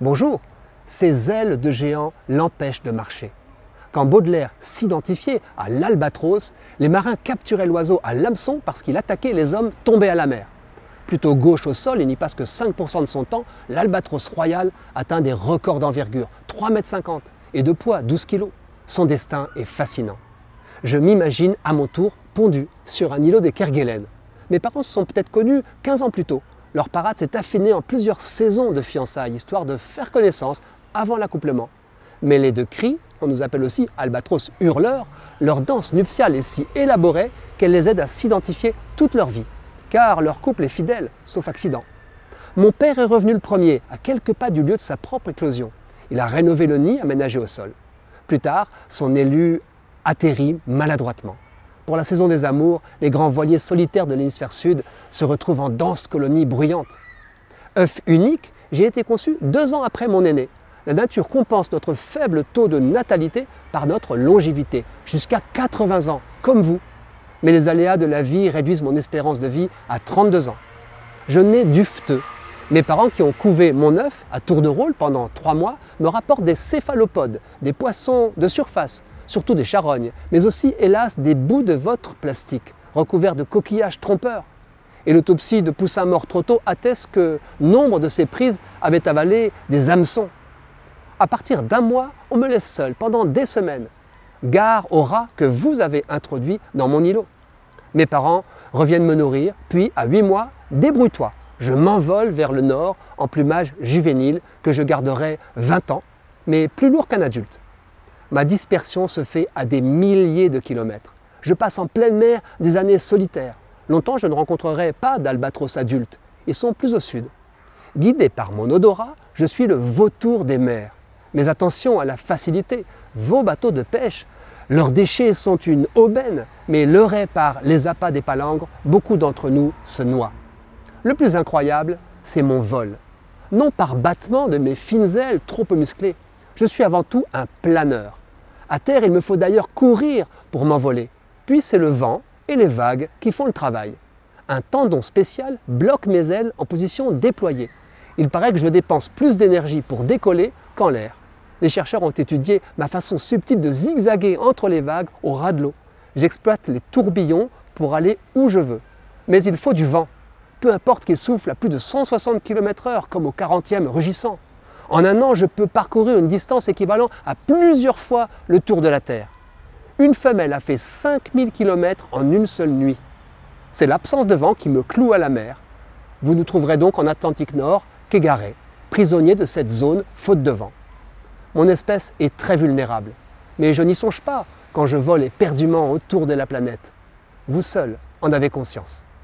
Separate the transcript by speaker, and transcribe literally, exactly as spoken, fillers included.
Speaker 1: Bonjour, ses ailes de géant l'empêchent de marcher. Quand Baudelaire s'identifiait à l'albatros, les marins capturaient l'oiseau à l'hameçon parce qu'il attaquait les hommes tombés à la mer. Plutôt gauche au sol et n'y passe que cinq pour cent de son temps, l'albatros royal atteint des records d'envergure, trois mètres cinquante, et de poids, douze kilos. Son destin est fascinant. Je m'imagine à mon tour pondu sur un îlot des Kerguelen. Mes parents se sont peut-être connus quinze ans plus tôt. Leur parade s'est affinée en plusieurs saisons de fiançailles, histoire de faire connaissance avant l'accouplement. Mêlés de cris, on nous appelle aussi albatros hurleurs, leur danse nuptiale est si élaborée qu'elle les aide à s'identifier toute leur vie, car leur couple est fidèle, sauf accident. Mon père est revenu le premier, à quelques pas du lieu de sa propre éclosion. Il a rénové le nid aménagé au sol. Plus tard, son élu atterrit maladroitement. Pour la saison des amours, les grands voiliers solitaires de l'hémisphère sud se retrouvent en dense colonie bruyante. œuf unique, j'ai été conçu deux ans après mon aîné. La nature compense notre faible taux de natalité par notre longévité, jusqu'à quatre-vingts ans, comme vous. Mais les aléas de la vie réduisent mon espérance de vie à trente-deux ans. Je nais dufteux. Mes parents qui ont couvé mon œuf à tour de rôle pendant trois mois me rapportent des céphalopodes, des poissons de surface, surtout des charognes, mais aussi, hélas, des bouts de votre plastique, recouverts de coquillages trompeurs. Et l'autopsie de poussins morts trop tôt atteste que nombre de ces prises avaient avalé des hameçons. À partir d'un mois, on me laisse seul pendant des semaines. Gare aux rats que vous avez introduits dans mon îlot. Mes parents reviennent me nourrir, puis à huit mois, débrouille-toi. Je m'envole vers le nord en plumage juvénile que je garderai vingt ans, mais plus lourd qu'un adulte. Ma dispersion se fait à des milliers de kilomètres. Je passe en pleine mer des années solitaires. Longtemps, je ne rencontrerai pas d'albatros adultes. Ils sont plus au sud. Guidé par mon odorat, je suis le vautour des mers. Mais attention à la facilité. Vos bateaux de pêche, leurs déchets sont une aubaine, mais leurrés par les appâts des palangres, beaucoup d'entre nous se noient. Le plus incroyable, c'est mon vol. Non par battement de mes fines ailes trop musclées. Je suis avant tout un planeur. À terre, il me faut d'ailleurs courir pour m'envoler. Puis c'est le vent et les vagues qui font le travail. Un tendon spécial bloque mes ailes en position déployée. Il paraît que je dépense plus d'énergie pour décoller qu'en l'air. Les chercheurs ont étudié ma façon subtile de zigzaguer entre les vagues au ras de l'eau. J'exploite les tourbillons pour aller où je veux. Mais il faut du vent. Peu importe qu'il souffle à plus de cent soixante kilomètres heure, comme au quarantième rugissant. En un an, je peux parcourir une distance équivalente à plusieurs fois le tour de la Terre. Une femelle a fait cinq mille kilomètres en une seule nuit. C'est l'absence de vent qui me cloue à la mer. Vous nous trouverez donc en Atlantique Nord qu'égarés, prisonniers de cette zone faute de vent. Mon espèce est très vulnérable, mais je n'y songe pas quand je vole éperdument autour de la planète. Vous seul en avez conscience.